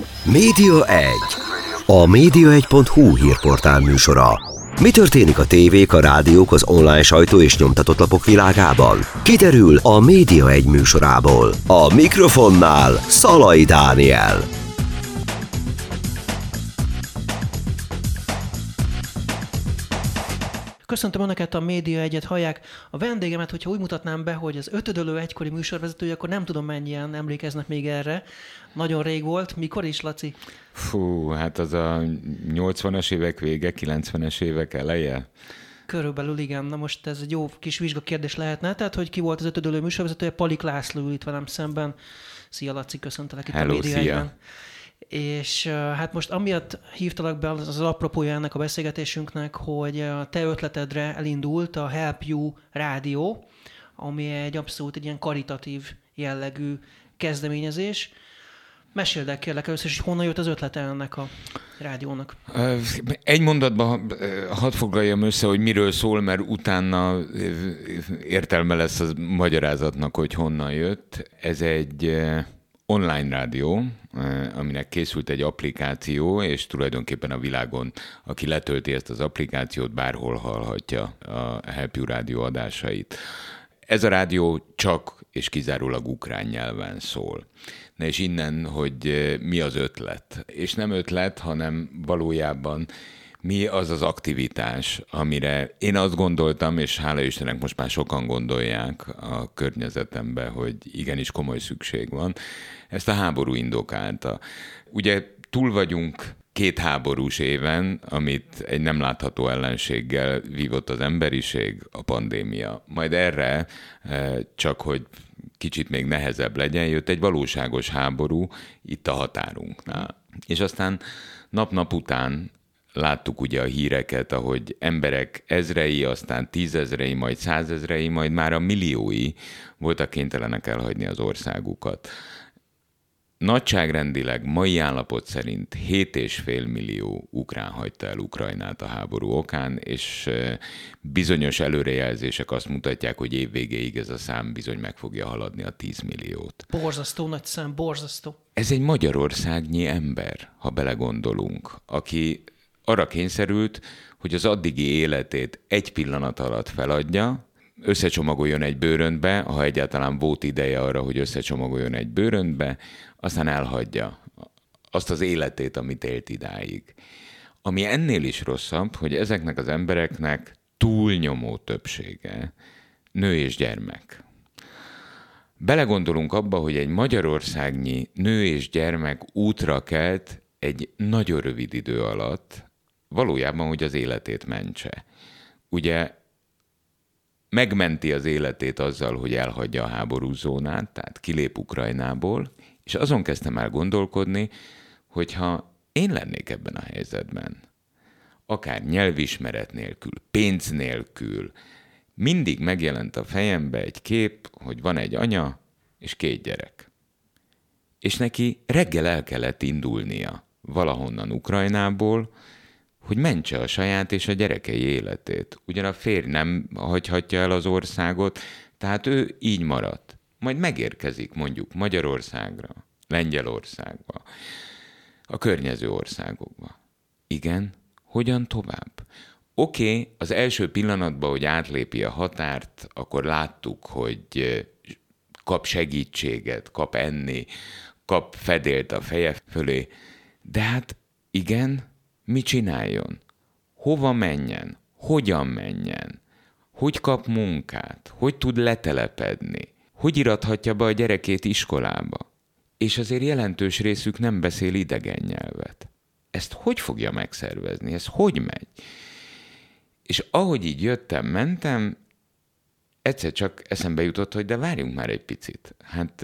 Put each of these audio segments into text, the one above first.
Média 1. A média1.hu hírportál műsora. Mi történik a tévék, a rádiók, az online sajtó és nyomtatott lapok világában? Kiderül a Média 1 műsorából. A mikrofonnál Szalai Dániel. Köszöntöm Önöket, a Média 1-et hallják. A vendégemet, hogyha úgy mutatnám be, hogy az Ötödölő egykori műsorvezetője, akkor nem tudom, mennyien emlékeznek még erre. Nagyon rég volt. Mikor is, Laci? Fú, hát az a 80-as évek vége, 90-es évek eleje. Körülbelül igen. Na most ez egy jó kis vizsgakérdés lehetne. Tehát, hogy ki volt az Ötödölő műsorvezetője? Palik László ül itt velem szemben. Szia, Laci, köszöntelek itt. Hello, a Média szia. 1-ben. És hát most amiatt hívtalak be, az apropója ennek a beszélgetésünknek, hogy a te ötletedre elindult a Help You rádió, ami egy abszolút egy ilyen karitatív jellegű kezdeményezés. Meséld el kérlek először is, hogy honnan jött az ötlete ennek a rádiónak. Egy mondatban hadd foglaljam össze, hogy miről szól, mert utána értelme lesz a magyarázatnak, hogy honnan jött. Ez egy online rádió, aminek készült egy applikáció, és tulajdonképpen a világon, aki letölti ezt az applikációt, bárhol hallhatja a Help You rádió adásait. Ez a rádió csak és kizárólag ukrán nyelven szól. Na és innen, hogy mi az ötlet. És nem ötlet, hanem valójában mi az az aktivitás, amire én azt gondoltam, és hála Istennek most már sokan gondolják a környezetemben, hogy igenis komoly szükség van. Ezt a háború indokálta. Ugye túl vagyunk 2 háborús éven, amit egy nem látható ellenséggel vívott az emberiség, a pandémia. Majd erre, csak hogy kicsit még nehezebb legyen, jött egy valóságos háború itt a határunknál. És aztán nap-nap után láttuk ugye a híreket, ahogy emberek ezrei, aztán 10 000-ei, majd 100 000-ei, majd már a milliói voltak kénytelenek elhagyni az országukat. Nagyságrendileg mai állapot szerint 7,5 millió ukrán hagyta el Ukrajnát a háború okán, és bizonyos előrejelzések azt mutatják, hogy év végéig ez a szám bizony meg fogja haladni a 10 milliót. Borzasztó nagy szám, borzasztó. Ez egy magyarországnyi ember, ha belegondolunk, aki arra kényszerült, hogy az addigi életét egy pillanat alatt feladja, összecsomagoljon egy bőröntbe, ha egyáltalán volt ideje arra, hogy összecsomagoljon egy bőröntbe, aztán elhagyja azt az életét, amit élt idáig. Ami ennél is rosszabb, hogy ezeknek az embereknek túlnyomó többsége nő és gyermek. Belegondolunk abba, hogy egy magyarországnyi nő és gyermek útra kelt egy nagyon rövid idő alatt, valójában, hogy az életét mentse. Ugye megmenti az életét azzal, hogy elhagyja a háborúzónát, tehát kilép Ukrajnából, és azon kezdtem el gondolkodni, hogyha én lennék ebben a helyzetben, akár nyelvismeret nélkül, pénz nélkül, mindig megjelent a fejembe egy kép, hogy van egy anya és 2 gyerek. És neki reggel el kellett indulnia valahonnan Ukrajnából, hogy mentse a saját és a gyerekei életét. Ugyan a férj nem hagyhatja el az országot, tehát ő így maradt. Majd megérkezik mondjuk Magyarországra, Lengyelországba, a környező országokba. Igen, hogyan tovább? Oké, az első pillanatban, hogy átlépi a határt, akkor láttuk, hogy kap segítséget, kap enni, kap fedélt a feje fölé, de hát igen, mit csináljon? Hova menjen? Hogyan menjen? Hogy kap munkát? Hogy tud letelepedni? Hogy irathatja be a gyerekét iskolába? És azért jelentős részük nem beszél idegen nyelvet. Ezt hogy fogja megszervezni? Ez hogy megy? És ahogy így jöttem, mentem, egyszer csak eszembe jutott, hogy de várjunk már egy picit. Hát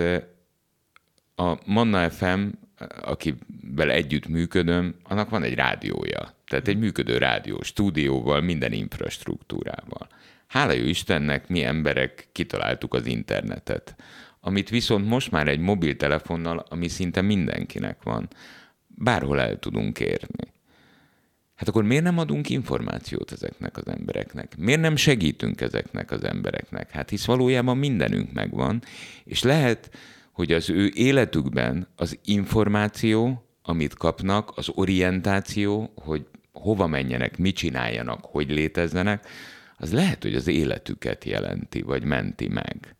a Manna FM, akivel együtt működöm, annak van egy rádiója. Tehát egy működő rádió, stúdióval, minden infrastruktúrával. Hála jó Istennek, mi emberek kitaláltuk az internetet, amit viszont most már egy mobiltelefonnal, ami szinte mindenkinek van, bárhol el tudunk érni. Hát akkor miért nem adunk információt ezeknek az embereknek? Miért nem segítünk ezeknek az embereknek? Hát hisz valójában mindenünk megvan, és lehet, hogy az ő életükben az információ amit kapnak, az orientáció, hogy hova menjenek, mit csináljanak, hogy létezzenek, az lehet, hogy az életüket jelenti, vagy menti meg.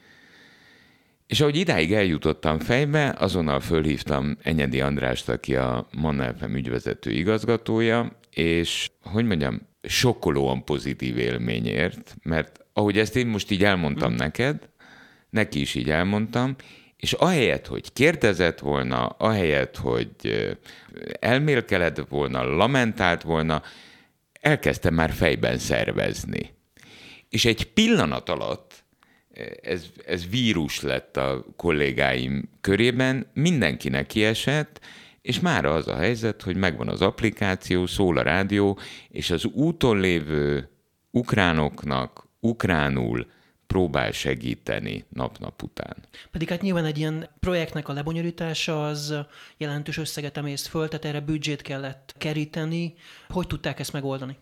És ahogy idáig eljutottam fejbe, azonnal fölhívtam Enyedi Andrást, aki a Manna FM ügyvezető igazgatója, és, hogy mondjam, sokkolóan pozitív élményért, mert ahogy ezt én most így elmondtam neked, neki is így elmondtam, és ahelyett, hogy kérdezett volna, ahelyett, hogy elmélkedett volna, lamentált volna, elkezdtem már fejben szervezni. És egy pillanat alatt, ez vírus lett a kollégáim körében, mindenkinek kiesett, és már az a helyzet, hogy megvan az applikáció, szól a rádió, és az úton lévő ukránoknak ukránul próbál segíteni nap-nap után. Pedig hát nyilván egy ilyen projektnek a lebonyolítása az jelentős összeget emészt föl, tehát erre büdzsét kellett keríteni. Hogy tudták ezt megoldani?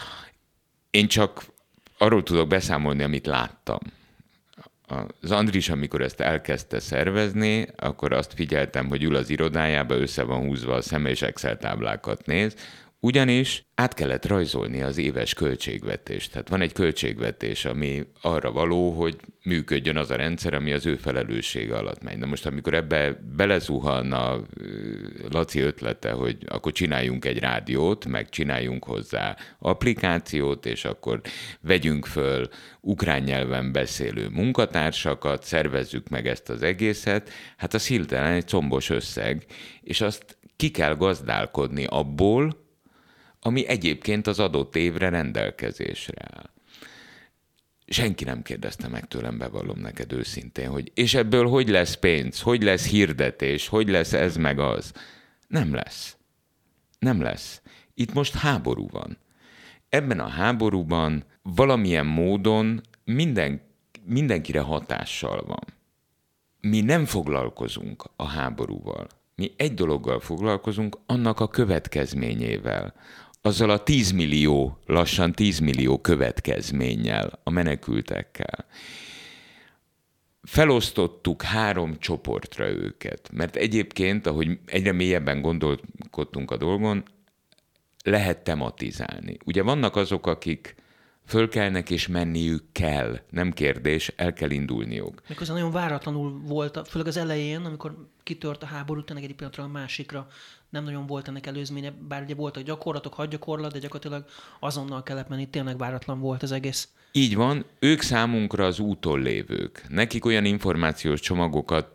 Én csak arról tudok beszámolni, amit láttam. Az Andris, amikor ezt elkezdte szervezni, akkor azt figyeltem, hogy ül az irodájába, össze van húzva a szeme, és Excel táblákat néz, ugyanis át kellett rajzolni az éves költségvetést. Tehát van egy költségvetés, ami arra való, hogy működjön az a rendszer, ami az ő felelőssége alatt megy. De most, amikor ebbe belezuhan a Laci ötlete, hogy akkor csináljunk egy rádiót, meg csináljunk hozzá applikációt, és akkor vegyünk föl ukrán nyelven beszélő munkatársakat, szervezzük meg ezt az egészet, hát az hirtelen egy combos összeg, és azt ki kell gazdálkodni abból, ami egyébként az adott évre rendelkezésre áll. Senki nem kérdezte meg tőlem, bevallom neked őszintén, hogy és ebből hogy lesz pénz, hogy lesz hirdetés, hogy lesz ez meg az. Nem lesz. Nem lesz. Itt most háború van. Ebben a háborúban valamilyen módon mindenkire hatással van. Mi nem foglalkozunk a háborúval. Mi egy dologgal foglalkozunk, annak a következményével. Azzal a 10 millió, lassan 10 millió következménnyel, a menekültekkel. Felosztottuk 3 csoportra őket, mert egyébként, ahogy egyre mélyebben gondolkodtunk a dolgon, lehet tematizálni. Ugye vannak azok, akik fölkelnek és menniük kell, nem kérdés, el kell indulniuk. Méghozzá nagyon váratlanul volt, főleg az elején, amikor kitört a háború, tényleg egy pillanatra a másikra nem nagyon volt ennek előzménye, bár ugye voltak gyakorlatok, hadgyakorlat, de gyakorlatilag azonnal kellett menni, tényleg váratlan volt az egész. Így van, ők számunkra az úton lévők. Nekik olyan információs csomagokat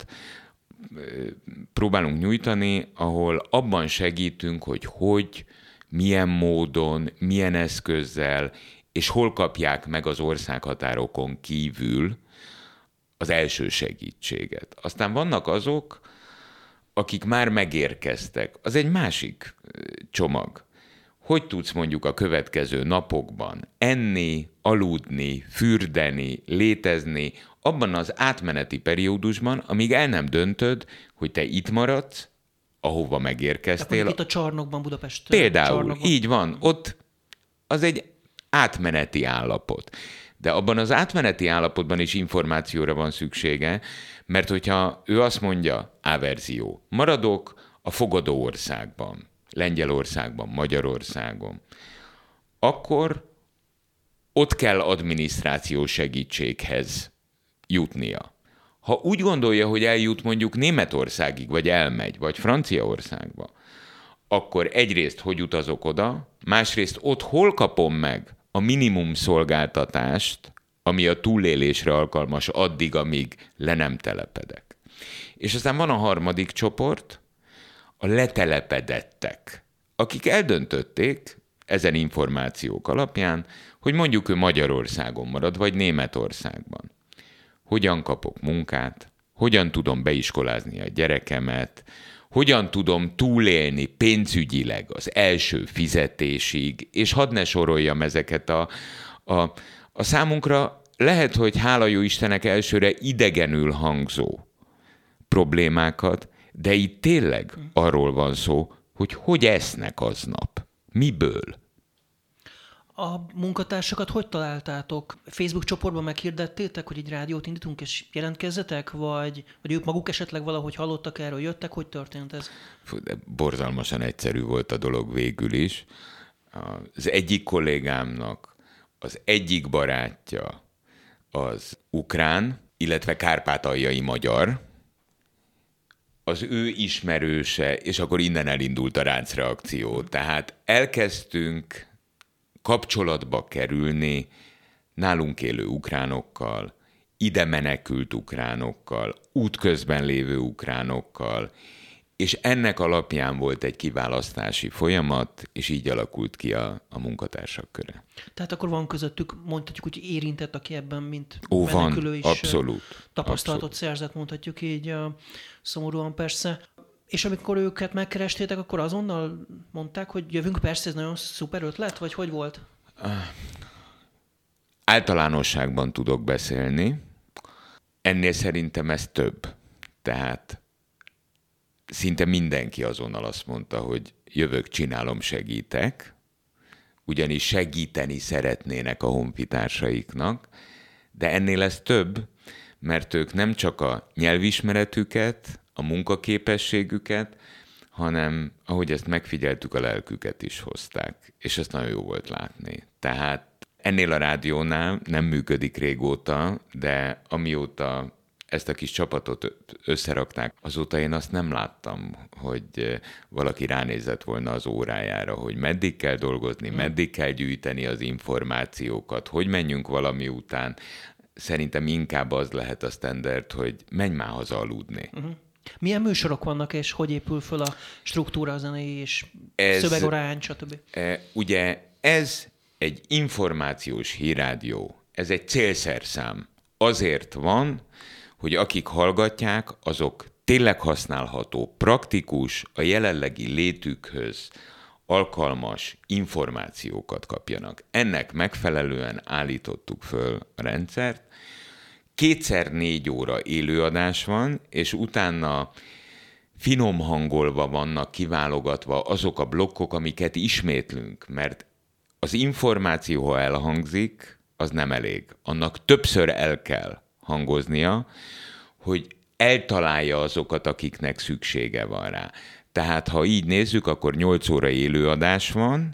próbálunk nyújtani, ahol abban segítünk, hogy milyen módon, milyen eszközzel, és hol kapják meg az országhatárokon kívül az első segítséget. Aztán vannak azok, akik már megérkeztek. Az egy másik csomag. Hogy tudsz mondjuk a következő napokban enni, aludni, fürdeni, létezni, abban az átmeneti periódusban, amíg el nem döntöd, hogy te itt maradsz, ahova megérkeztél. Itt a csarnokban, Budapest Például, csarnokban. így van, ott az egy átmeneti állapot. De abban az átmeneti állapotban is információra van szüksége, mert hogyha ő azt mondja, A-verzió, maradok a fogadó országban, Lengyelországban, Magyarországon, akkor ott kell adminisztrációs segítséghez jutnia. Ha úgy gondolja, hogy eljut mondjuk Németországig, vagy elmegy, vagy Franciaországba, akkor egyrészt hogy utazok oda, másrészt ott hol kapom meg a minimum szolgáltatást, ami a túlélésre alkalmas addig, amíg le nem telepedek. És aztán van a harmadik csoport, a letelepedettek, akik eldöntötték ezen információk alapján, hogy mondjuk ő Magyarországon marad, vagy Németországban. Hogyan kapok munkát, hogyan tudom beiskolázni a gyerekemet, hogyan tudom túlélni pénzügyileg az első fizetésig, és hadd ne soroljam ezeket a számunkra lehet, hogy hála jó Istennek elsőre idegenül hangzó problémákat, de itt tényleg arról van szó, hogy esznek aznap. Miből? A munkatársakat hogy találtátok? Facebook csoportban meghirdettétek, hogy egy rádiót indítunk, és jelentkezzetek? Vagy ők maguk esetleg valahogy hallottak erről, jöttek? Hogy történt ez? De borzalmasan egyszerű volt a dolog végül is. Az egyik kollégámnak az egyik barátja az ukrán, illetve kárpátaljai magyar, az ő ismerőse, és akkor innen elindult a ráncreakció. Tehát elkezdtünk kapcsolatba kerülni nálunk élő ukránokkal, ide menekült ukránokkal, útközben lévő ukránokkal, és ennek alapján volt egy kiválasztási folyamat, és így alakult ki a munkatársak köre. Tehát akkor van közöttük, mondhatjuk úgy érintett, aki ebben, mint menekülő is abszolút, tapasztalatot szerzett, mondhatjuk így, szomorúan persze. És amikor őket megkerestétek, akkor azonnal mondták, hogy jövünk, persze, ez nagyon szuper ötlet, vagy hogy volt? Általánosságban tudok beszélni, ennél szerintem ez több. Tehát szinte mindenki azonnal azt mondta, hogy jövök, csinálom, segítek, ugyanis segíteni szeretnének a honfitársaiknak, de ennél ez több, mert ők nem csak a nyelvismeretüket, a munkaképességüket, hanem, ahogy ezt megfigyeltük, a lelküket is hozták. És ezt nagyon jó volt látni. Tehát ennél a rádiónál nem működik régóta, de amióta ezt a kis csapatot összerakták, azóta én azt nem láttam, hogy valaki ránézett volna az órájára, hogy meddig kell dolgozni, meddig kell gyűjteni az információkat, hogy menjünk valami után. Szerintem inkább az lehet a standard, hogy menj már haza aludni. Milyen műsorok vannak, és hogy épül föl a struktúra, a zenei és szövegorány, stb.? Ugye ez egy információs hírrádió, ez egy célszerszám. Azért van, hogy akik hallgatják, azok tényleg használható, praktikus, a jelenlegi létükhöz alkalmas információkat kapjanak. Ennek megfelelően állítottuk föl a rendszert. 2x4 óra élőadás van, és utána finom hangolva vannak kiválogatva azok a blokkok, amiket ismétlünk, mert az információ, ha elhangzik, az nem elég. Annak többször el kell hangoznia, hogy eltalálja azokat, akiknek szüksége van rá. Tehát, ha így nézzük, akkor 8 óra élőadás van,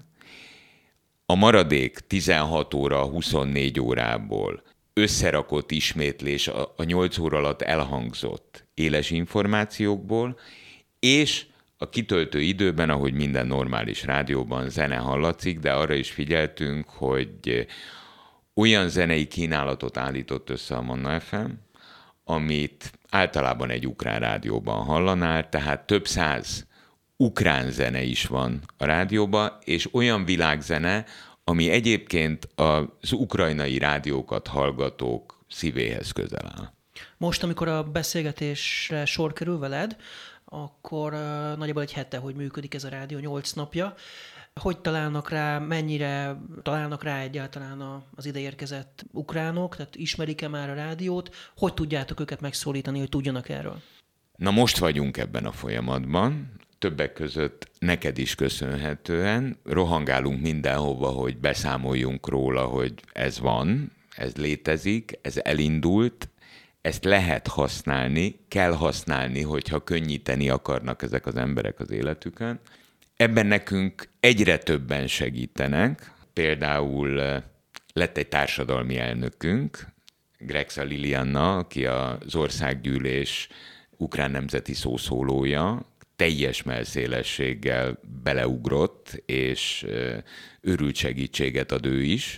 a maradék 16 óra 24 órából összerakott ismétlés a 8 óra alatt elhangzott éles információkból, és a kitöltő időben, ahogy minden normális rádióban, zene hallatszik, de arra is figyeltünk, hogy olyan zenei kínálatot állított össze a Manna FM, amit általában egy ukrán rádióban hallanál, tehát több száz ukrán zene is van a rádióban, és olyan világzene, ami egyébként az ukrajnai rádiókat hallgatók szívéhez közel áll. Most, amikor a beszélgetésre sor kerül veled, akkor nagyjából egy hete, hogy működik ez a rádió, 8 napja. Hogy találnak rá, mennyire találnak rá egyáltalán az ideérkezett ukránok, tehát ismerik-e már a rádiót, hogy tudjátok őket megszólítani, hogy tudjanak erről? Na most vagyunk ebben a folyamatban, többek között neked is köszönhetően, rohangálunk mindenhova, hogy beszámoljunk róla, hogy ez van, ez létezik, ez elindult, ezt lehet használni, kell használni, hogyha könnyíteni akarnak ezek az emberek az életükön. Ebben nekünk egyre többen segítenek. Például lett egy társadalmi elnökünk, Grexa Liliana, aki az országgyűlés ukrán nemzeti szószólója, teljes mellszélességgel beleugrott, és őrült segítséget ad ő is.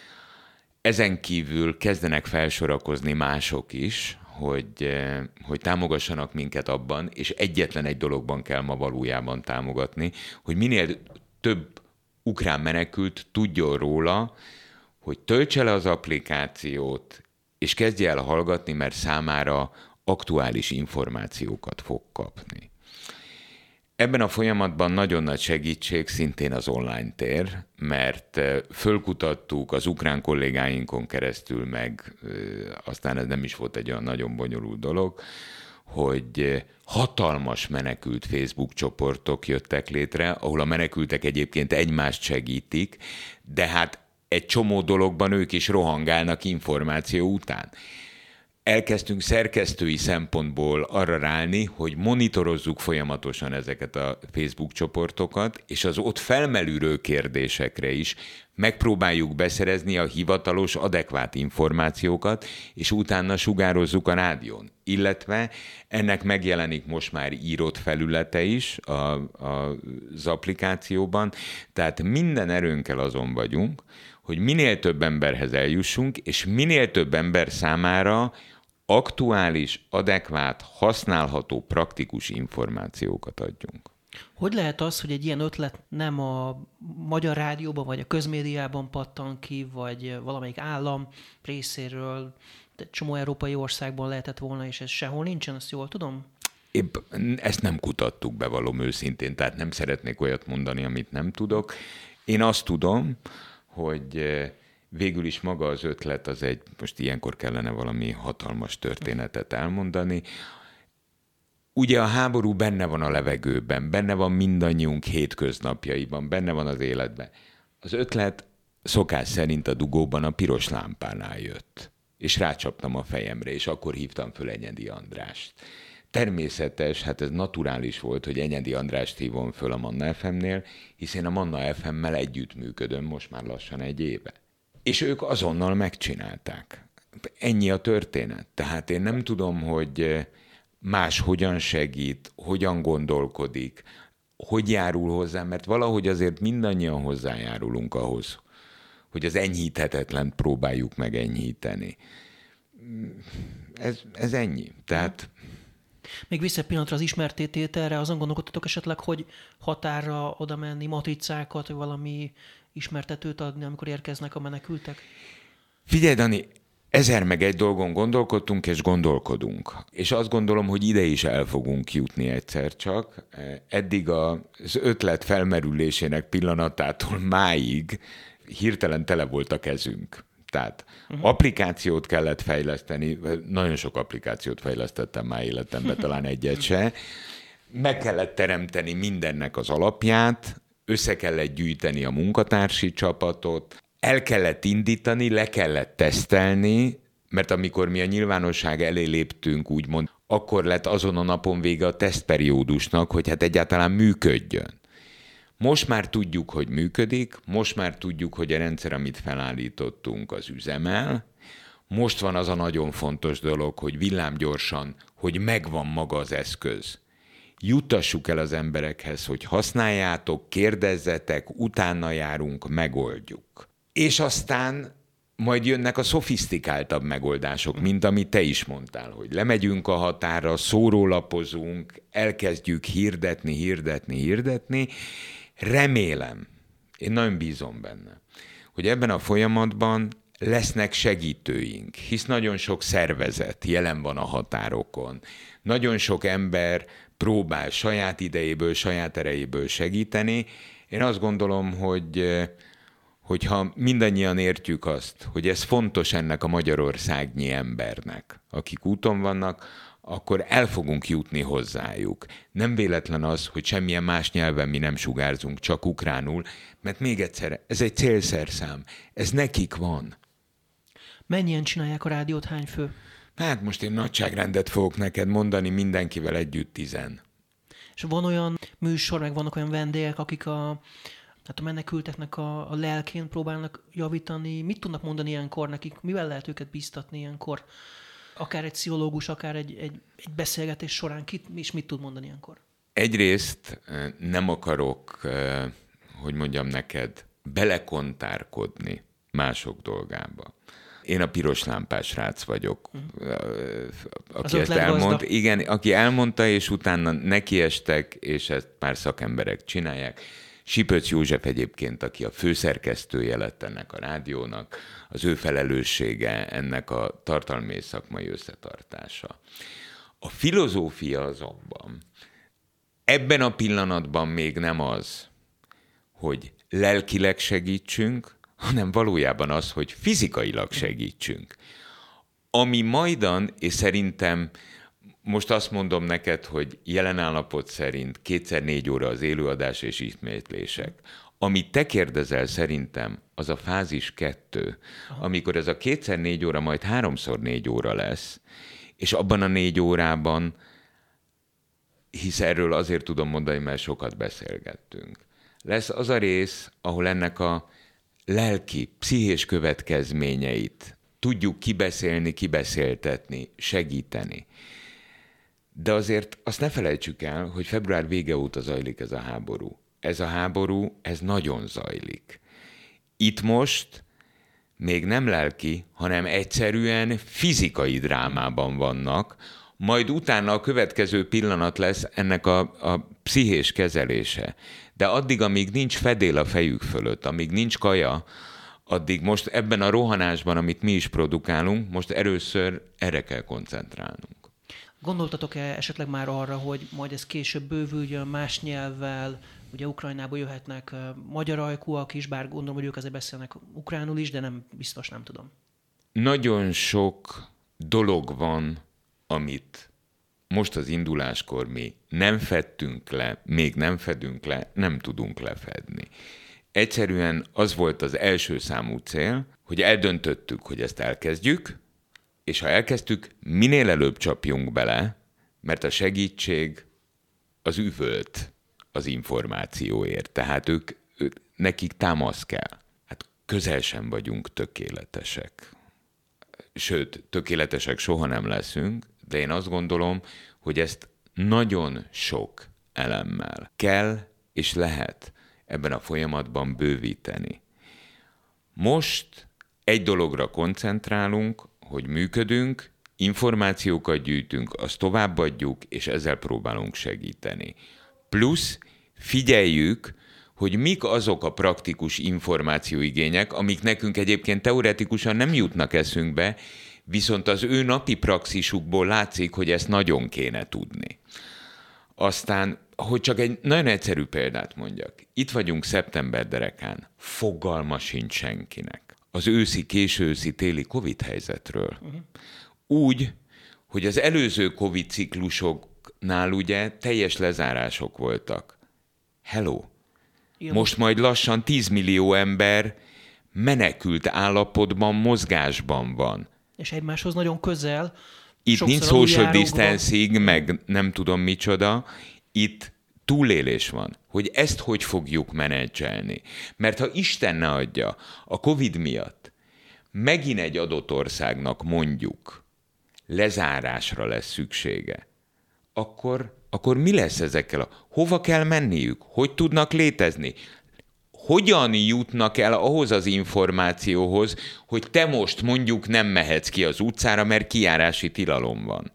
Ezen kívül kezdenek felsorakozni mások is, hogy támogassanak minket abban, és egyetlen egy dologban kell ma valójában támogatni, hogy minél több ukrán menekült tudjon róla, hogy töltse le az applikációt, és kezdje el hallgatni, mert számára aktuális információkat fog kapni. Ebben a folyamatban nagyon nagy segítség szintén az online tér, mert fölkutattuk az ukrán kollégáinkon keresztül meg, aztán ez nem is volt egy olyan nagyon bonyolult dolog, hogy hatalmas menekült Facebook csoportok jöttek létre, ahol a menekültek egyébként egymást segítik, de hát egy csomó dologban ők is rohangálnak információ után. Elkezdtünk szerkesztői szempontból arra rálni, hogy monitorozzuk folyamatosan ezeket a Facebook csoportokat, és az ott felmerülő kérdésekre is megpróbáljuk beszerezni a hivatalos, adekvát információkat, és utána sugározzuk a rádión. Illetve ennek megjelenik most már írott felülete is az applikációban, tehát minden erőnkkel azon vagyunk, hogy minél több emberhez eljussunk, és minél több ember számára aktuális, adekvát, használható, praktikus információkat adjunk. Hogy lehet az, hogy egy ilyen ötlet nem a magyar rádióban, vagy a közmédiában pattan ki, vagy valamelyik állam részéről, egy csomó európai országban lehetett volna, és ez sehol nincsen, azt jól tudom? Épp ezt nem kutattuk, bevallom őszintén, tehát nem szeretnék olyat mondani, amit nem tudok. Én azt tudom, hogy végül is maga az ötlet az most ilyenkor kellene valami hatalmas történetet elmondani. Ugye a háború benne van a levegőben, benne van mindannyiunk hétköznapjaiban, benne van az életben. Az ötlet szokás szerint a dugóban a piros lámpánál jött, és rácsaptam a fejemre, és akkor hívtam föl Enyedi Andrást. Természetes, hát ez naturális volt, hogy Enyedi Andrást hívom föl a Manna FM-nél, hiszen a Manna FM-mel együttműködöm most már lassan 1 éve. És ők azonnal megcsinálták. Ennyi a történet. Tehát én nem tudom, hogy más hogyan segít, hogyan gondolkodik, hogy járul hozzá, mert valahogy azért mindannyian hozzájárulunk ahhoz, hogy az enyhíthetetlent próbáljuk meg enyhíteni. Ez ennyi. Tehát... Még vissza egy pillanatra az ismertételre, azon gondolkodtatok esetleg, hogy határra oda menni, matricákat, vagy valami ismertetőt adni, amikor érkeznek a menekültek? Figyelj, Dani, 1001 dolgon gondolkodtunk és gondolkodunk. És azt gondolom, hogy ide is el fogunk jutni egyszer csak. Eddig az ötlet felmerülésének pillanatától máig hirtelen tele volt a kezünk. Tehát applikációt kellett fejleszteni, nagyon sok applikációt fejlesztettem már életemben, talán egyet se. Meg kellett teremteni mindennek az alapját, össze kellett gyűjteni a munkatársi csapatot, el kellett indítani, le kellett tesztelni, mert amikor mi a nyilvánosság elé léptünk, úgymond, akkor lett azon a napon vége a tesztperiódusnak, hogy hát egyáltalán működjön. Most már tudjuk, hogy működik, most már tudjuk, hogy a rendszer, amit felállítottunk, az üzemel. Most van az a nagyon fontos dolog, hogy villámgyorsan, hogy megvan maga az eszköz. Juttassuk el az emberekhez, hogy használjátok, kérdezzetek, utána járunk, megoldjuk. És aztán majd jönnek a szofisztikáltabb megoldások, mint amit te is mondtál, hogy lemegyünk a határra, szórólapozunk, elkezdjük hirdetni. Remélem, én nagyon bízom benne, hogy ebben a folyamatban lesznek segítőink, hisz nagyon sok szervezet jelen van a határokon. Nagyon sok ember próbál saját idejéből, saját erejéből segíteni. Én azt gondolom, hogyha mindannyian értjük azt, hogy ez fontos ennek a magyarországnyi embernek, akik úton vannak, akkor el fogunk jutni hozzájuk. Nem véletlen az, hogy semmilyen más nyelven mi nem sugárzunk, csak ukránul, mert még egyszer, ez egy célszerszám, ez nekik van. Mennyien csinálják a rádiót, hány fő? Hát most én nagyságrendet fogok neked mondani, mindenkivel együtt 10. És van olyan műsor, meg vannak olyan vendégek, akik a menekülteknek a lelkén próbálnak javítani. Mit tudnak mondani ilyenkor nekik? Mivel lehet őket bíztatni ilyenkor? Akár egy pszichológus, akár egy beszélgetés során mit tud mondani ilyenkor? Egyrészt nem akarok, hogy mondjam neked, belekontárkodni mások dolgába. Én a piros lámpás srác vagyok, aki ezt elmond. Igen, aki elmondta, és utána nekiestek, és ezt pár szakemberek csinálják. Sipöc József egyébként, aki a főszerkesztője lett ennek a rádiónak, az ő felelőssége ennek a tartalmi és szakmai összetartása. A filozófia azonban ebben a pillanatban még nem az, hogy lelkileg segítsünk, hanem valójában az, hogy fizikailag segítsünk. Ami majdan, és szerintem most azt mondom neked, hogy jelen állapot szerint 2x4 óra az élőadás és ismétlések. Amit te kérdezel szerintem, az a fázis 2, amikor ez a 2x4 óra majd 3x4 óra lesz, és abban a 4 órában, hisz erről azért tudom mondani, mert sokat beszélgettünk, lesz az a rész, ahol ennek a lelki, pszichés következményeit tudjuk kibeszélni, kibeszéltetni, segíteni. De azért azt ne felejtsük el, hogy február vége óta zajlik ez a háború. Ez a háború, ez nagyon zajlik. Itt most még nem lelki, hanem egyszerűen fizikai drámában vannak, majd utána a következő pillanat lesz ennek a pszichés kezelése. De addig, amíg nincs fedél a fejük fölött, amíg nincs kaja, addig most ebben a rohanásban, amit mi is produkálunk, most először erre kell koncentrálnunk. Gondoltatok-e esetleg már arra, hogy majd ez később bővüljön más nyelvvel, ugye Ukrajnából jöhetnek magyar ajkúak is, bár gondolom, hogy ők azért beszélnek ukránul is, de nem biztos, nem tudom. Nagyon sok dolog van, amit most az induláskor mi nem fedtünk le, még nem fedünk le, nem tudunk lefedni. Egyszerűen az volt az első számú cél, hogy eldöntöttük, hogy ezt elkezdjük, és ha elkezdtük, minél előbb csapjunk bele, mert a segítség az üvölt az információért. Tehát nekik támasz kell. Hát közel sem vagyunk tökéletesek. Sőt, tökéletesek soha nem leszünk, de én azt gondolom, hogy ezt nagyon sok elemmel kell és lehet ebben a folyamatban bővíteni. Most egy dologra koncentrálunk, hogy működünk, információkat gyűjtünk, azt továbbadjuk, és ezzel próbálunk segíteni. Plusz figyeljük, hogy mik azok a praktikus információigények, amik nekünk egyébként teoretikusan nem jutnak eszünkbe, viszont az ő napi praxisukból látszik, hogy ezt nagyon kéne tudni. Aztán, hogy csak egy nagyon egyszerű példát mondjak. Itt vagyunk szeptember derekán, fogalma sincs senkinek az őszi, későőszi, téli Covid helyzetről. Úgy, hogy az előző Covid ciklusoknál ugye teljes lezárások voltak. Hello! Most majd lassan 10 millió ember menekült állapotban, mozgásban van. És egymáshoz nagyon közel. Itt nincs social distancing, meg nem tudom micsoda. Itt túlélés van, hogy ezt hogy fogjuk menedzselni. Mert ha Isten ne adja, a Covid miatt megint egy adott országnak mondjuk lezárásra lesz szüksége, akkor mi lesz ezekkel? Hova kell menniük? Hogy tudnak létezni? Hogyan jutnak el ahhoz az információhoz, hogy te most mondjuk nem mehetsz ki az utcára, mert kijárási tilalom van?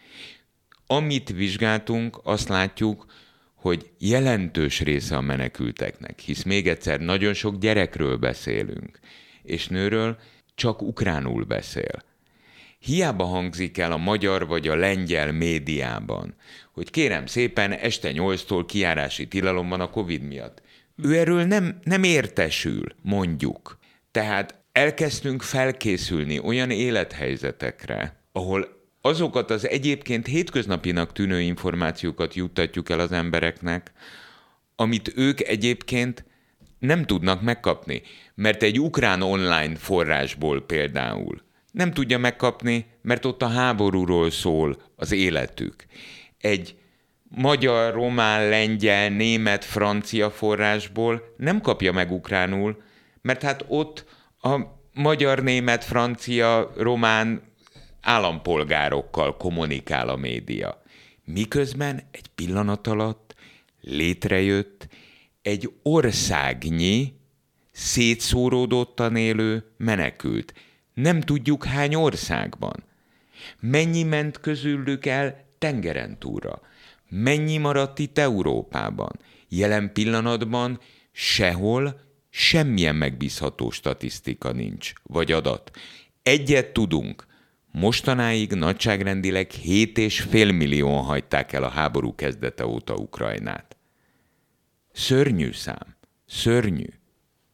Amit vizsgáltunk, azt látjuk, hogy jelentős része a menekülteknek, hisz még egyszer nagyon sok gyerekről beszélünk, és nőről csak ukránul beszél. Hiába hangzik el a magyar vagy a lengyel médiában, hogy kérem szépen, este 8-tól kijárási tilalom van a Covid miatt. Ő erről nem értesül, mondjuk. Tehát elkezdtünk felkészülni olyan élethelyzetekre, ahol azokat az egyébként hétköznapinak tűnő információkat juttatjuk el az embereknek, amit ők egyébként nem tudnak megkapni. Mert egy ukrán online forrásból például nem tudja megkapni, mert ott a háborúról szól az életük. Egy magyar, román, lengyel, német, francia forrásból nem kapja meg ukránul, mert hát ott a magyar, német, francia, román állampolgárokkal kommunikál a média. Miközben egy pillanat alatt létrejött egy országnyi, szétszóródottan élő menekült. Nem tudjuk hány országban. Mennyi ment közülük el tengeren túlra? Mennyi maradt itt Európában? Jelen pillanatban sehol semmilyen megbízható statisztika nincs, vagy adat. Egyet tudunk. Mostanáig nagyságrendileg 7,5 millióan hagyták el a háború kezdete óta Ukrajnát. Szörnyű szám. Szörnyű.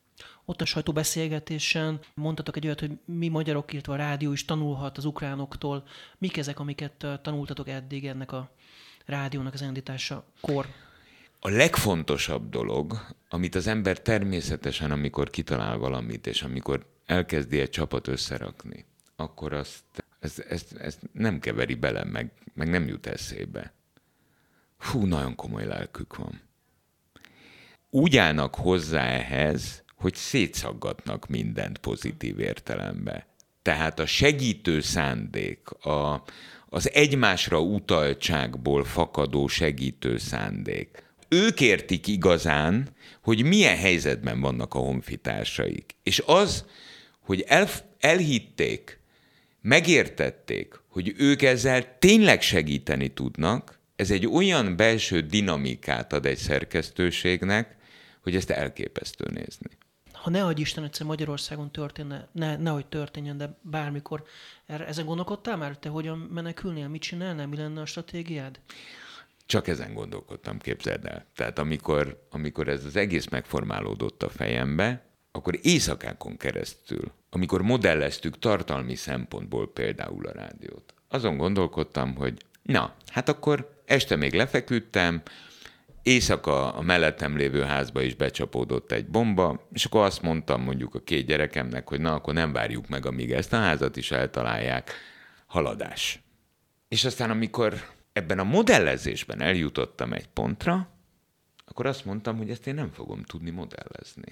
Ott a sajtóbeszélgetésen mondtatok egy olyat, hogy mi magyarok, illetve a rádió is tanulhat az ukránoktól. Mik ezek, amiket tanultatok eddig ennek a rádiónak az indításakor? A legfontosabb dolog, amit az ember természetesen, amikor kitalál valamit, és amikor elkezdi egy csapat összerakni, akkor ezt nem keveri bele, meg nem jut eszébe. Nagyon komoly lelkük van. Úgy állnak hozzá ehhez, hogy szétszaggatnak mindent pozitív értelemben. Tehát a segítő szándék, az egymásra utaltságból fakadó segítő szándék. Ők értik igazán, hogy milyen helyzetben vannak a honfitársaik. És az, hogy elhitték, megértették, hogy ők ezzel tényleg segíteni tudnak, ez egy olyan belső dinamikát ad egy szerkesztőségnek, hogy ezt elképesztő nézni. Ha ne adj Isten, egyszer Magyarországon történne, nehogy történjen, de bármikor. Ezen gondolkodtál már, te hogyan menekülnél, mit csinálnál, mi lenne a stratégiád? Csak ezen gondolkodtam, képzeld el. Tehát amikor ez az egész megformálódott a fejembe, akkor éjszakákon keresztül, amikor modelleztük tartalmi szempontból például a rádiót, azon gondolkodtam, hogy hát akkor este még lefeküdtem, éjszaka a mellettem lévő házba is becsapódott egy bomba, és akkor azt mondtam mondjuk a 2 gyerekemnek, hogy akkor nem várjuk meg, amíg ezt a házat is eltalálják. Haladás. És aztán amikor ebben a modellezésben eljutottam egy pontra, akkor azt mondtam, hogy ezt én nem fogom tudni modellezni.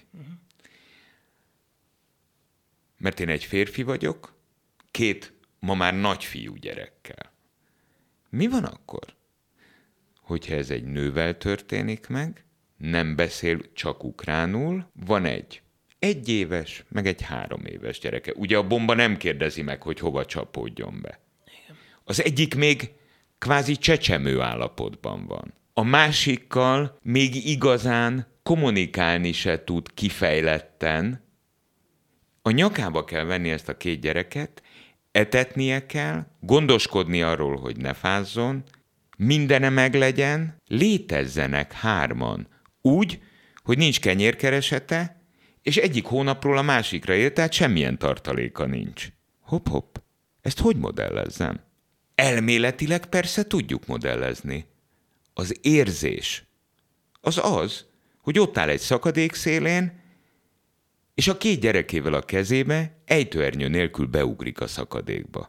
Mert én egy férfi vagyok, 2 ma már nagyfiú gyerekkel. Mi van akkor, hogyha ez egy nővel történik meg, nem beszél csak ukránul, van egy 1 éves, meg egy 3 éves gyereke. Ugye a bomba nem kérdezi meg, hogy hova csapódjon be. Az egyik még kvázi csecsemő állapotban van. A másikkal még igazán kommunikálni se tud kifejletten. A nyakába kell venni ezt a 2 gyereket, etetnie kell, gondoskodni arról, hogy ne fázzon, mindene meglegyen, létezzenek 3 úgy, hogy nincs kenyérkeresete, és egyik hónapról a másikra él, tehát semmilyen tartaléka nincs. Hopp, ezt hogy modellezzem? Elméletileg persze tudjuk modellezni. Az érzés az, hogy ott áll egy szakadék szélén, és a 2 gyerekével a kezébe ejtőernyő nélkül beugrik a szakadékba.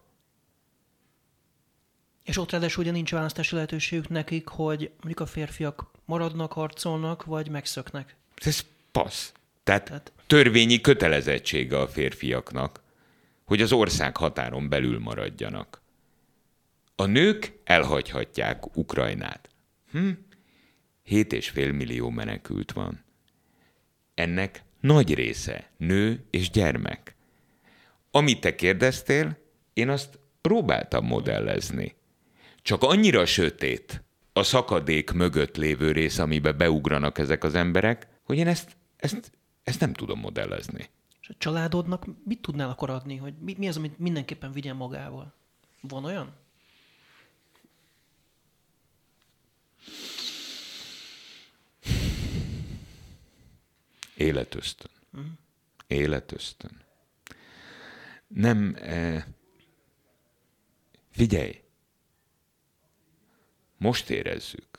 És ott ráadásul ugye nincs választási lehetőségük nekik, hogy mondjuk a férfiak maradnak, harcolnak, vagy megszöknek. Ez passz. Tehát törvényi kötelezettsége a férfiaknak, hogy az ország határon belül maradjanak. A nők elhagyhatják Ukrajnát. 7,5 millió menekült van. Ennek nagy része nő és gyermek. Amit te kérdeztél, én azt próbáltam modellezni. Csak annyira sötét a szakadék mögött lévő rész, amiben beugranak ezek az emberek, hogy én ezt nem tudom modellezni. És a családodnak mit tudnál akkor adni? Hogy mi az, amit mindenképpen vigyen magával? Van olyan? Életösztön. Életösztön. Nem... Figyelj! Most érezzük.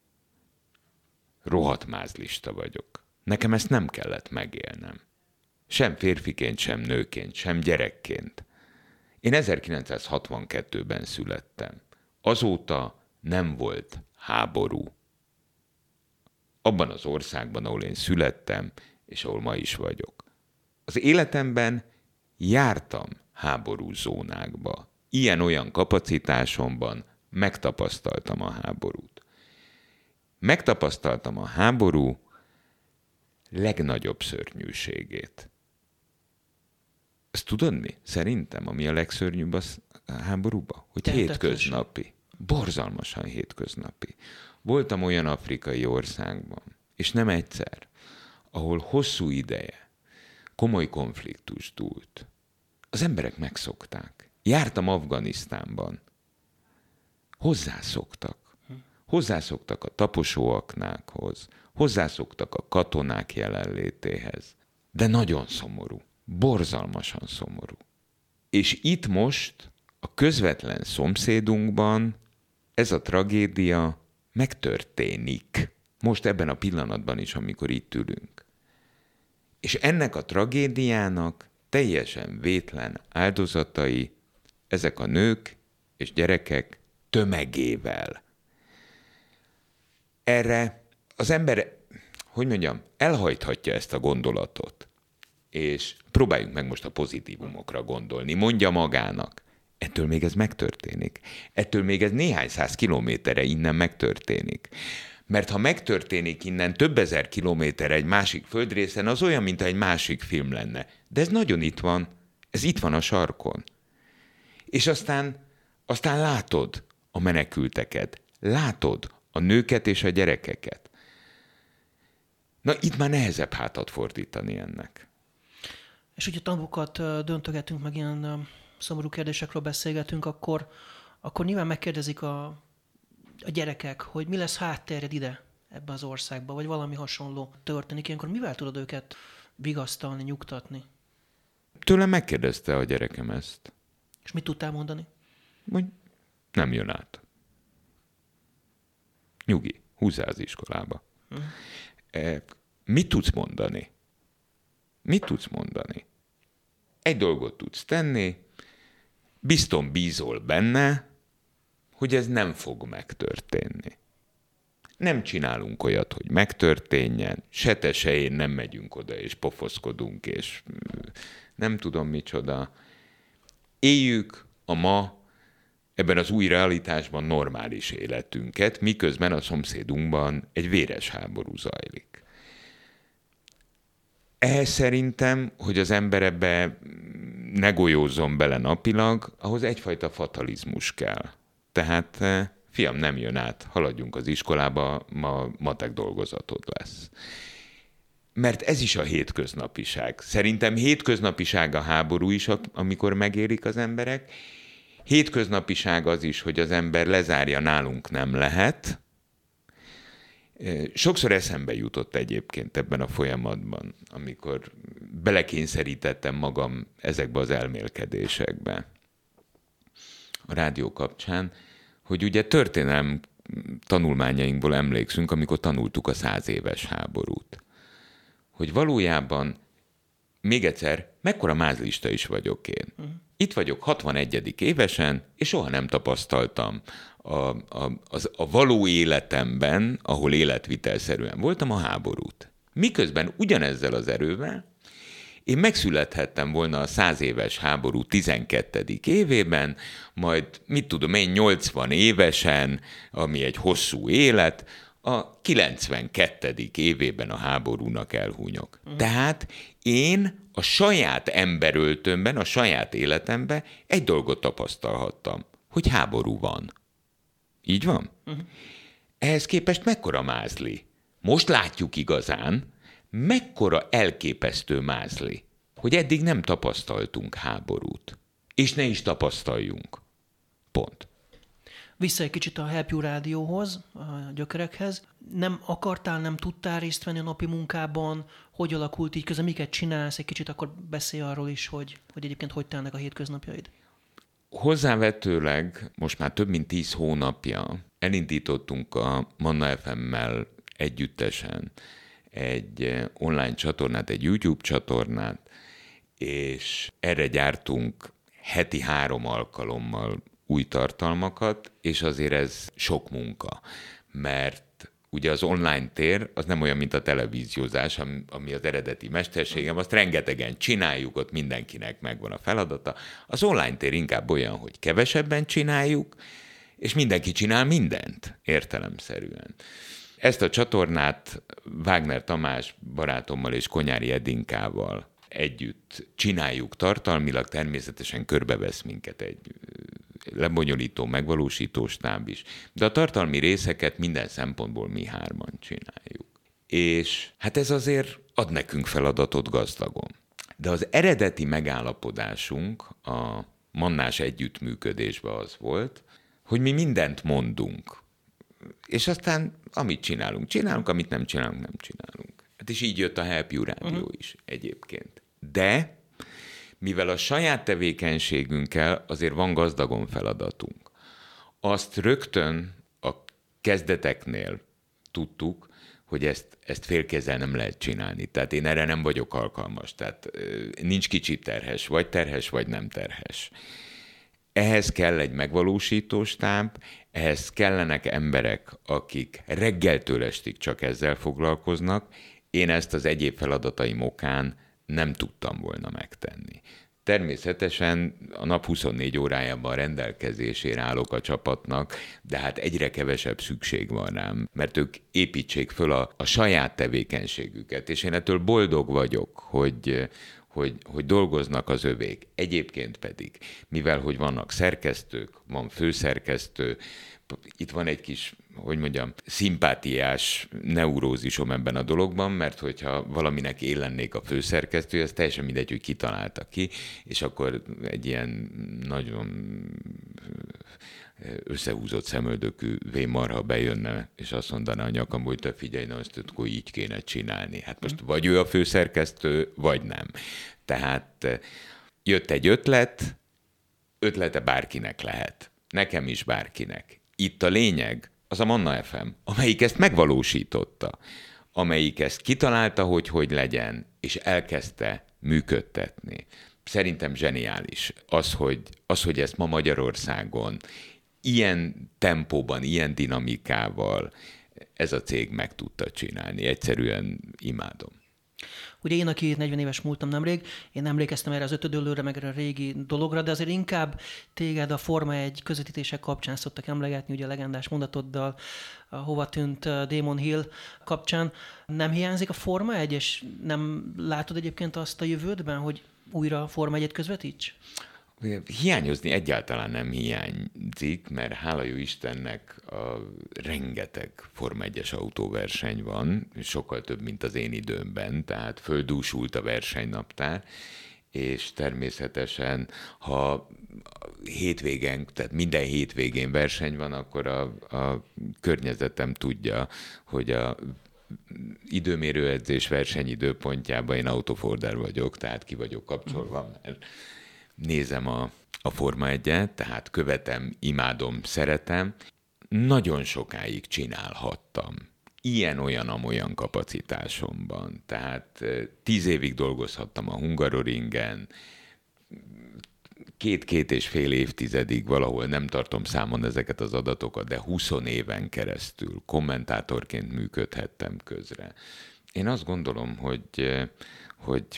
Rohadt mázlista vagyok. Nekem ezt nem kellett megélnem. Sem férfiként, sem nőként, sem gyerekként. Én 1962-ben születtem. Azóta nem volt háború. Abban az országban, ahol én születtem, és ahol ma is vagyok. Az életemben jártam háború zónákba. Ilyen-olyan kapacitásomban megtapasztaltam a háborút. Megtapasztaltam a háború legnagyobb szörnyűségét. Ezt tudod mi? Szerintem, ami a legszörnyűbb a háborúban? Hogy hétköznapi. Borzalmasan hétköznapi. Voltam olyan afrikai országban, és nem egyszer, ahol hosszú ideje komoly konfliktus dúlt. Az emberek megszokták. Jártam Afganisztánban. Hozzászoktak. Hozzászoktak a taposóaknákhoz, hozzászoktak a katonák jelenlétéhez. de nagyon szomorú, borzalmasan szomorú. És itt most a közvetlen szomszédunkban ez a tragédia megtörténik. Most ebben a pillanatban is, amikor itt ülünk. És ennek a tragédiának teljesen vétlen áldozatai ezek a nők és gyerekek tömegével. Erre az ember, elhajthatja ezt a gondolatot, és próbáljunk meg most a pozitívumokra gondolni. Mondja magának, ettől még ez megtörténik. Ettől még ez néhány száz kilométerre innen megtörténik. Mert ha megtörténik innen több ezer kilométerre egy másik földrészen, az olyan, mintha egy másik film lenne. De ez nagyon itt van. Ez itt van a sarkon. És aztán látod a menekülteket. Látod a nőket és a gyerekeket. Na, itt már nehezebb hátat fordítani ennek. És ugye tanúkat döntögetünk, meg ilyen szomorú kérdésekről beszélgetünk, akkor nyilván megkérdezik a gyerekek, hogy mi lesz háttérjed ide, ebbe az országba, vagy valami hasonló történik. Ilyenkor mivel tudod őket vigasztalni, nyugtatni? Tőlem megkérdezte a gyerekem ezt. És mit tudtál mondani? Hogy nem jön át. Nyugi, húzzál az iskolába. Mit tudsz mondani? Mit tudsz mondani? Egy dolgot tudsz tenni, bizton bízol benne, hogy ez nem fog megtörténni. Nem csinálunk olyat, hogy megtörténjen, se te, se én nem megyünk oda, és pofoszkodunk, és nem tudom micsoda. Éljük a ma ebben az új realitásban normális életünket, miközben a szomszédunkban egy véres háború zajlik. Ehhez szerintem, hogy az ember ebbe ne golyózzon bele napilag, ahhoz egyfajta fatalizmus kell. Tehát, fiam, nem jön át, haladjunk az iskolába, ma matek dolgozatod lesz. Mert ez is a hétköznapiság. Szerintem hétköznapiság a háború is, amikor megérik az emberek. Hétköznapiság az is, hogy az ember lezárja, nálunk nem lehet. Sokszor eszembe jutott egyébként ebben a folyamatban, amikor belekényszerítettem magam ezekbe az elmélkedésekbe a rádió kapcsán, hogy ugye történelem tanulmányainkból emlékszünk, amikor tanultuk a 100 éves háborút. Hogy valójában, még egyszer, mekkora mázlista is vagyok én. Itt vagyok 61. évesen, és soha nem tapasztaltam a való életemben, ahol életvitelszerűen voltam, a háborút. Miközben ugyanezzel az erővel én megszülethettem volna a 100 éves háború 12. évében, majd, 80 évesen, ami egy hosszú élet, a 92. évében a háborúnak elhunyok. Tehát én a saját emberöltömben, a saját életemben egy dolgot tapasztalhattam, hogy háború van. Így van? Ehhez képest mekkora mázli? Most látjuk igazán, mekkora elképesztő mázli, hogy eddig nem tapasztaltunk háborút. És ne is tapasztaljunk. Pont. Vissza egy kicsit a Help You rádióhoz, a gyökerekhez. Nem akartál, nem tudtál részt venni a napi munkában? Hogy alakult így közben? Miket csinálsz? Egy kicsit akkor beszélj arról is, hogy egyébként hogy telnek a hétköznapjaid. Hozzávetőleg most már több mint 10 hónapja elindítottunk a Manna FM-mel együttesen egy online csatornát, egy YouTube csatornát, és erre gyártunk heti 3 alkalommal új tartalmakat, és azért ez sok munka, mert ugye az online tér az nem olyan, mint a televíziózás, ami az eredeti mesterségem, azt rengetegen csináljuk, ott mindenkinek megvan a feladata. Az online tér inkább olyan, hogy kevesebben csináljuk, és mindenki csinál mindent, értelemszerűen. Ezt a csatornát Wagner Tamás barátommal és Konyári Edinkával együtt csináljuk tartalmilag, természetesen körbevesz minket egy lebonyolító, megvalósító stáb is. De a tartalmi részeket minden szempontból mi 3-an csináljuk. És hát ez azért ad nekünk feladatot gazdagon. De az eredeti megállapodásunk a Mannás együttműködésben az volt, hogy mi mindent mondunk. És aztán amit csinálunk, amit nem csinálunk, nem csinálunk. Hát és így jött a Help You Rádió is egyébként. De mivel a saját tevékenységünkkel azért van gazdagon feladatunk, azt rögtön a kezdeteknél tudtuk, hogy ezt félkézzel nem lehet csinálni. Tehát én erre nem vagyok alkalmas. Tehát nincs kicsit terhes, vagy nem terhes. Ehhez kell egy megvalósítóstáb, ehhez kellenek emberek, akik reggeltől estig csak ezzel foglalkoznak. Én ezt az egyéb feladataim okán nem tudtam volna megtenni. Természetesen a nap 24 órájában rendelkezésére állok a csapatnak, de hát egyre kevesebb szükség van rám, mert ők építsék föl a saját tevékenységüket, és én ettől boldog vagyok, hogy dolgoznak az övék. Egyébként pedig, mivel hogy vannak szerkesztők, van főszerkesztő, itt van egy kis, szimpátiás neurózisom ebben a dologban, mert hogyha valaminek én lennék a főszerkesztő, az teljesen mindegy, hogy ki találta ki, és akkor egy ilyen nagyon összehúzott szemöldökű vénmarha bejönne, és azt mondaná a nyakam, hogy te figyelj, na ezt akkor így kéne csinálni. Hát most vagy ő a főszerkesztő, vagy nem. Tehát jött egy ötlete bárkinek lehet. Nekem is bárkinek. Itt a lényeg az a Manna FM, amelyik ezt megvalósította, amelyik ezt kitalálta, hogy legyen, és elkezdte működtetni. Szerintem zseniális az, hogy ezt ma Magyarországon ilyen tempóban, ilyen dinamikával ez a cég meg tudta csinálni. Egyszerűen imádom. Ugye én, aki 40 éves múltam nemrég, én emlékeztem erre az ötödöllőre, meg erre a régi dologra, de azért inkább téged a Forma 1 közvetítések kapcsán szoktak emlegetni, ugye a legendás mondatoddal, a Hova tűnt Damon Hill kapcsán. Nem hiányzik a Forma 1, és nem látod egyébként azt a jövődben, hogy újra Forma 1-et közvetíts? Hiányozni egyáltalán nem hiányzik, mert hála jó Istennek a rengeteg Forma 1-es autóverseny van, sokkal több, mint az én időmben, tehát földúsult a versenynaptár, és természetesen, ha hétvégen, tehát minden hétvégén verseny van, akkor a környezetem tudja, hogy a időmérőedzés versenyidőpontjában én autoforder vagyok, tehát ki vagyok kapcsolva, mert nézem a Forma 1-et, tehát követem, imádom, szeretem. Nagyon sokáig csinálhattam. Ilyen-olyan kapacitásomban. Tehát 10 évig dolgozhattam a Hungaroringen, 2,5 évtizedig valahol, nem tartom számon ezeket az adatokat, de 20 éven keresztül kommentátorként működhettem közre. Én azt gondolom, hogy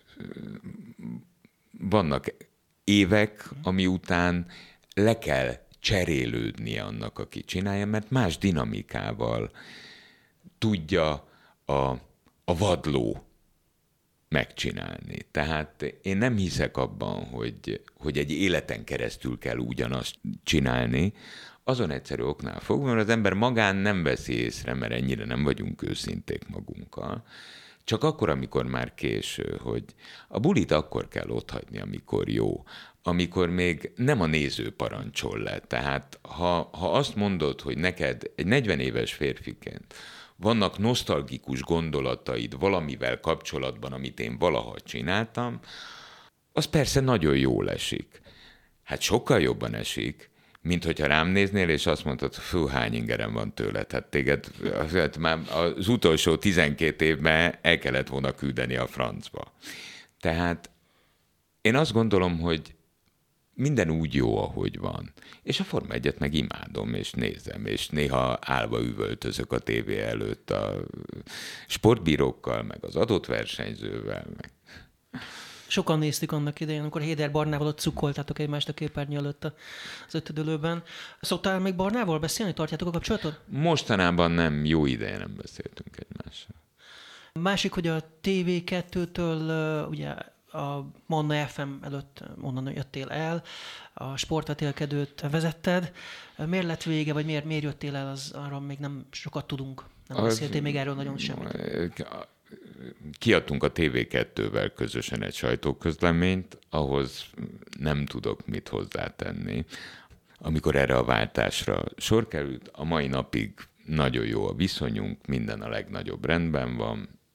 vannak évek, ami után le kell cserélődnie annak, aki csinálja, mert más dinamikával tudja a vadló megcsinálni. Tehát én nem hiszek abban, hogy egy életen keresztül kell ugyanazt csinálni, azon egyszerű oknál fogva, mert az ember magán nem veszi észre, mert ennyire nem vagyunk őszinték magunkkal, csak akkor, amikor már késő, hogy a bulit akkor kell otthagyni, amikor jó, amikor még nem a néző parancsol le. Tehát ha azt mondod, hogy neked egy 40 éves férfiként vannak nosztalgikus gondolataid valamivel kapcsolatban, amit én valaha csináltam, az persze nagyon jól esik. Hát sokkal jobban esik, mint hogyha rám néznél, és azt mondtad, fú, hány ingerem van tőled. Hát téged már az utolsó 12 évben el kellett volna küldeni a francba. Tehát én azt gondolom, hogy minden úgy jó, ahogy van. És a Forma 1-et meg imádom, és nézem, és néha állva üvöltözök a tévé előtt a sportbírókkal, meg az adott versenyzővel, meg... Sokan néztük annak idején, amikor Héder Barnával ott cukkoltátok egymást a képernyő előtt az ötödölőben. Szoktál még Barnával beszélni? Tartjátok a kapcsolatot? Mostanában nem, jó ideje nem beszéltünk egymással. Másik, hogy a TV2-től ugye a Manna FM előtt onnan jöttél el, a sportvetélkedőt vezetted. Miért lett vége, vagy miért jöttél el, arról még nem sokat tudunk. Nem beszéltél még erről nagyon semmit. Kiadtunk a TV2-vel közösen egy sajtóközleményt, ahhoz nem tudok mit hozzátenni. Amikor erre a váltásra sor került, a mai napig nagyon jó a viszonyunk, minden a legnagyobb rendben van,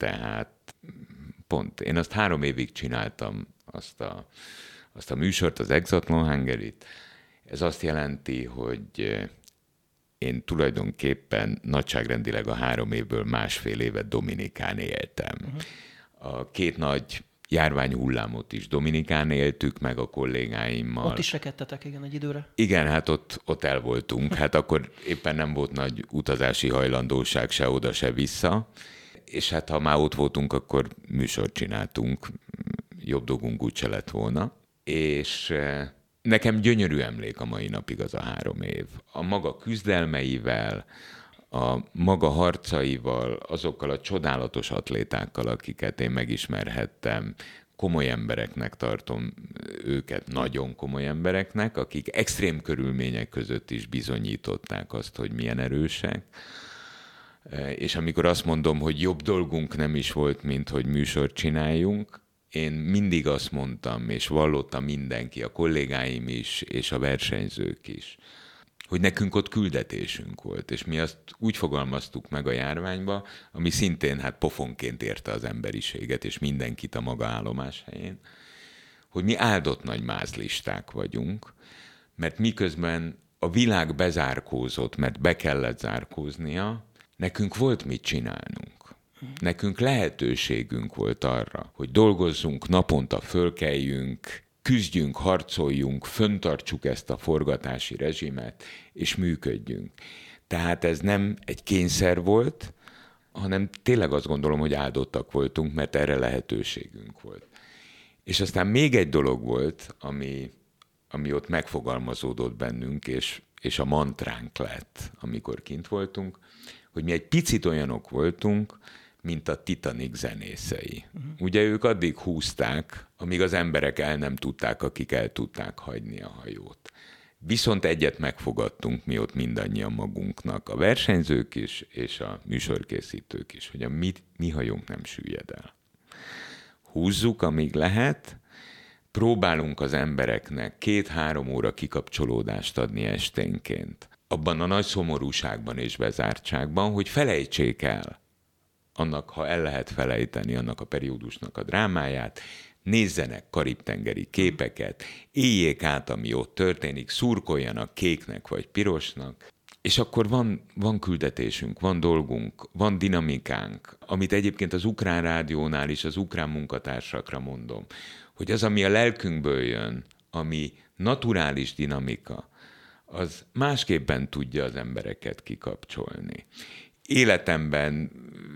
Tehát pont, én azt 3 évig csináltam, azt a műsort, az Exatlon Hungary-t. Ez azt jelenti, hogy én tulajdonképpen nagyságrendileg a 3 évből 1,5 évet Dominikán éltem. A 2 nagy járványhullámot is Dominikán éltük meg a kollégáimmal. Ott is rekedtetek, igen, egy időre. Igen, hát ott el voltunk. Hát akkor éppen nem volt nagy utazási hajlandóság se oda, se vissza. És hát ha már ott voltunk, akkor műsort csináltunk. Jobb dolgunk úgyse lett volna. És nekem gyönyörű emlék a mai napig az a 3 év. A maga küzdelmeivel, a maga harcaival, azokkal a csodálatos atlétákkal, akiket én megismerhettem, komoly embereknek tartom őket, nagyon komoly embereknek, akik extrém körülmények között is bizonyították azt, hogy milyen erősek. És amikor azt mondom, hogy jobb dolgunk nem is volt, mint hogy műsort csináljunk, én mindig azt mondtam, és vallotta mindenki, a kollégáim is, és a versenyzők is, hogy nekünk ott küldetésünk volt, és mi azt úgy fogalmaztuk meg a járványba, ami szintén hát pofonként érte az emberiséget, és mindenkit a maga állomás helyén, hogy mi áldott nagy mázlisták vagyunk, mert miközben a világ bezárkózott, mert be kellett zárkóznia, nekünk volt mit csinálnunk. Nekünk lehetőségünk volt arra, hogy dolgozzunk, naponta fölkeljünk, küzdjünk, harcoljunk, föntartsuk ezt a forgatási rezsimet, és működjünk. Tehát ez nem egy kényszer volt, hanem tényleg azt gondolom, hogy áldottak voltunk, mert erre lehetőségünk volt. És aztán még egy dolog volt, ami ott megfogalmazódott bennünk, és a mantránk lett, amikor kint voltunk, hogy mi egy picit olyanok voltunk, mint a Titanic zenészei. Ugye ők addig húzták, amíg az emberek el nem tudták, akik el tudták hagyni a hajót. Viszont egyet megfogadtunk mi ott mindannyian magunknak, a versenyzők is, és a műsorkészítők is, hogy a mi hajónk nem süllyed el. Húzzuk, amíg lehet, próbálunk az embereknek 2-3 óra kikapcsolódást adni esténként. Abban a nagy szomorúságban és bezártságban, hogy felejtsék el annak, ha el lehet felejteni annak a periódusnak a drámáját, nézzenek karib-tengeri képeket, éljék át, ami ott történik, szurkoljanak kéknek vagy pirosnak, és akkor van küldetésünk, van dolgunk, van dinamikánk, amit egyébként az ukrán rádiónál is, az ukrán munkatársakra mondom, hogy az, ami a lelkünkből jön, ami naturális dinamika, az másképpen tudja az embereket kikapcsolni. Életemben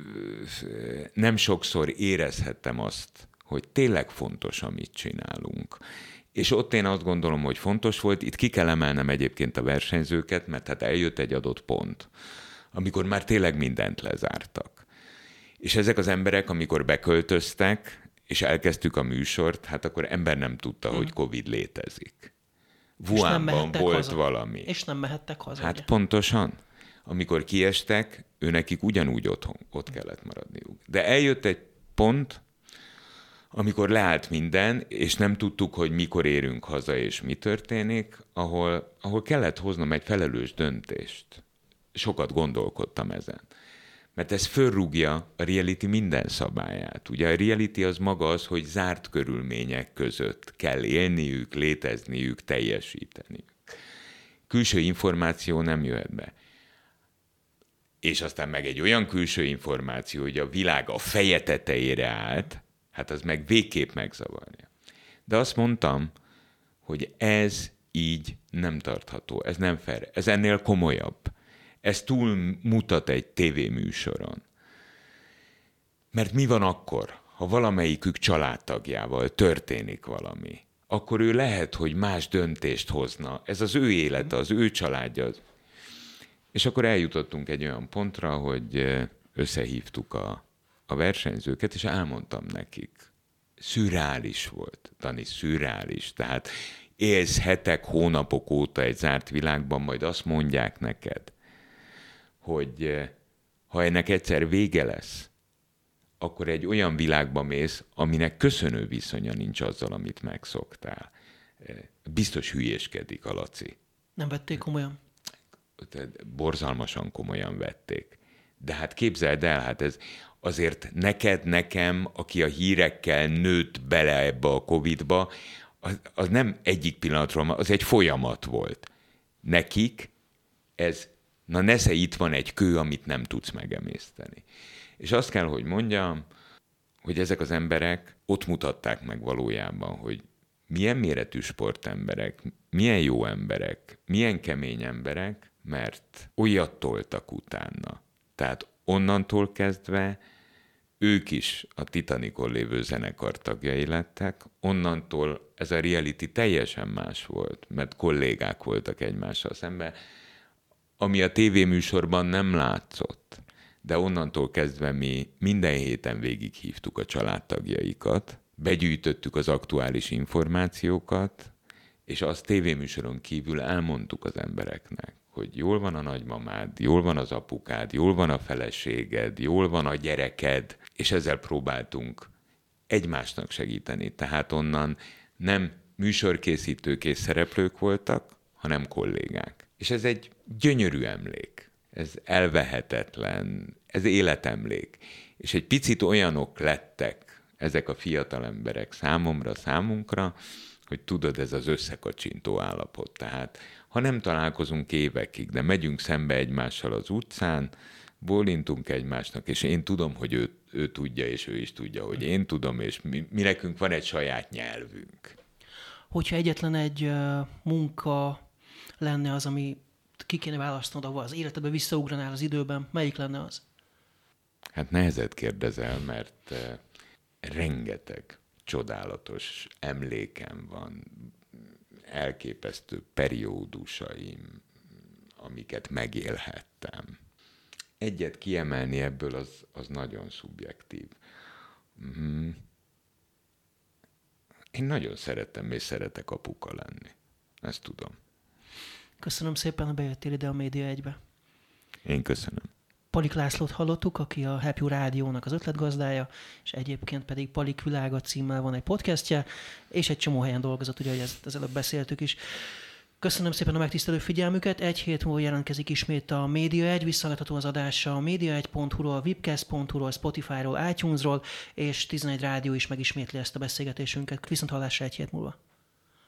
nem sokszor érezhettem azt, hogy tényleg fontos, amit csinálunk. És ott én azt gondolom, hogy fontos volt, itt ki kell emelnem egyébként a versenyzőket, mert hát eljött egy adott pont, amikor már tényleg mindent lezártak. És ezek az emberek, amikor beköltöztek, és elkezdtük a műsort, hát akkor ember nem tudta, hogy Covid létezik. Wuhanban volt haza. Valami. És nem mehettek haza. Hát ugye? Pontosan. Amikor kiestek, nekik ugyanúgy ott kellett maradniuk. De eljött egy pont, amikor leállt minden, és nem tudtuk, hogy mikor érünk haza, és mi történik, ahol kellett hoznom egy felelős döntést. Sokat gondolkodtam ezen. Mert ez fölrúgja a reality minden szabályát. Ugye a reality az maga az, hogy zárt körülmények között kell élniük, létezniük, teljesíteniük. Külső információ nem jöhet be. És aztán meg egy olyan külső információ, hogy a világ a feje tetejére állt, hát az meg végképp megzavarja. De azt mondtam, hogy ez így nem tartható, ez nem fair, ez ennél komolyabb. Ez túlmutat egy tévéműsoron. Mert mi van akkor, ha valamelyikük családtagjával történik valami? Akkor ő lehet, hogy más döntést hozna. Ez az ő élete, az ő családja. És akkor eljutottunk egy olyan pontra, hogy összehívtuk a versenyzőket, és elmondtam nekik. Szürreális volt, Dani, szürreális. Tehát élsz hetek, hónapok óta egy zárt világban, majd azt mondják neked, hogy ha ennek egyszer vége lesz, akkor egy olyan világba mész, aminek köszönő viszonya nincs azzal, amit megszoktál. Biztos hülyéskedik a Laci. Nem vették komolyan? Borzalmasan komolyan vették. De hát képzeld el, hát ez azért neked, nekem, aki a hírekkel nőtt bele ebbe a Covid-ba, az nem egyik pillanatról, az egy folyamat volt. Nekik ez, na nesze, itt van egy kő, amit nem tudsz megemészteni. És azt kell, hogy mondjam, hogy ezek az emberek ott mutatták meg valójában, hogy milyen méretű sportemberek, milyen jó emberek, milyen kemény emberek, mert olyat toltak utána. Tehát onnantól kezdve ők is a Titanicon lévő zenekar tagjai lettek, onnantól ez a reality teljesen más volt, mert kollégák voltak egymással szemben, ami a tévéműsorban nem látszott. De onnantól kezdve mi minden héten végighívtuk a családtagjaikat, begyűjtöttük az aktuális információkat, és azt tévéműsoron kívül elmondtuk az embereknek, hogy jól van a nagymamád, jól van az apukád, jól van a feleséged, jól van a gyereked, és ezzel próbáltunk egymásnak segíteni. Tehát onnan nem műsorkészítők és szereplők voltak, hanem kollégák. És ez egy gyönyörű emlék. Ez elvehetetlen, ez életemlék. És egy picit olyanok lettek ezek a fiatal emberek számunkra, hogy tudod, ez az összekacsintó állapot. Tehát ha nem találkozunk évekig, de megyünk szembe egymással az utcán, bólintunk egymásnak, és én tudom, hogy ő tudja, és ő is tudja, hogy én tudom, és mi nekünk van egy saját nyelvünk. Hogyha egyetlen egy munka lenne az, ami ki kéne választanod, ahol az életedbe visszaugranál az időben, melyik lenne az? Hát nehezet kérdezel, mert rengeteg csodálatos emlékem van, elképesztő periódusaim, amiket megélhettem. Egyet kiemelni ebből az nagyon szubjektív. Én nagyon szerettem és szeretek apuka lenni. Ezt tudom. Köszönöm szépen, hogy bejöttél ide a Média 1-be. Én köszönöm. Palik Lászlót hallottuk, aki a Happy Rádiónak az ötletgazdája, és egyébként pedig Palik Világa címmel van egy podcastja, és egy csomó helyen dolgozott, ugye, hogy ezt előbb beszéltük is. Köszönöm szépen a megtisztelő figyelmüket, egy hét múlva jelentkezik ismét a Média 1, visszahallgatható az adása a media1.hu-ról, webcast.hu-ról, Spotify-ról, iTunes-ról, és 11 rádió is megismétli ezt a beszélgetésünket. Viszonthallásra egy hét múlva.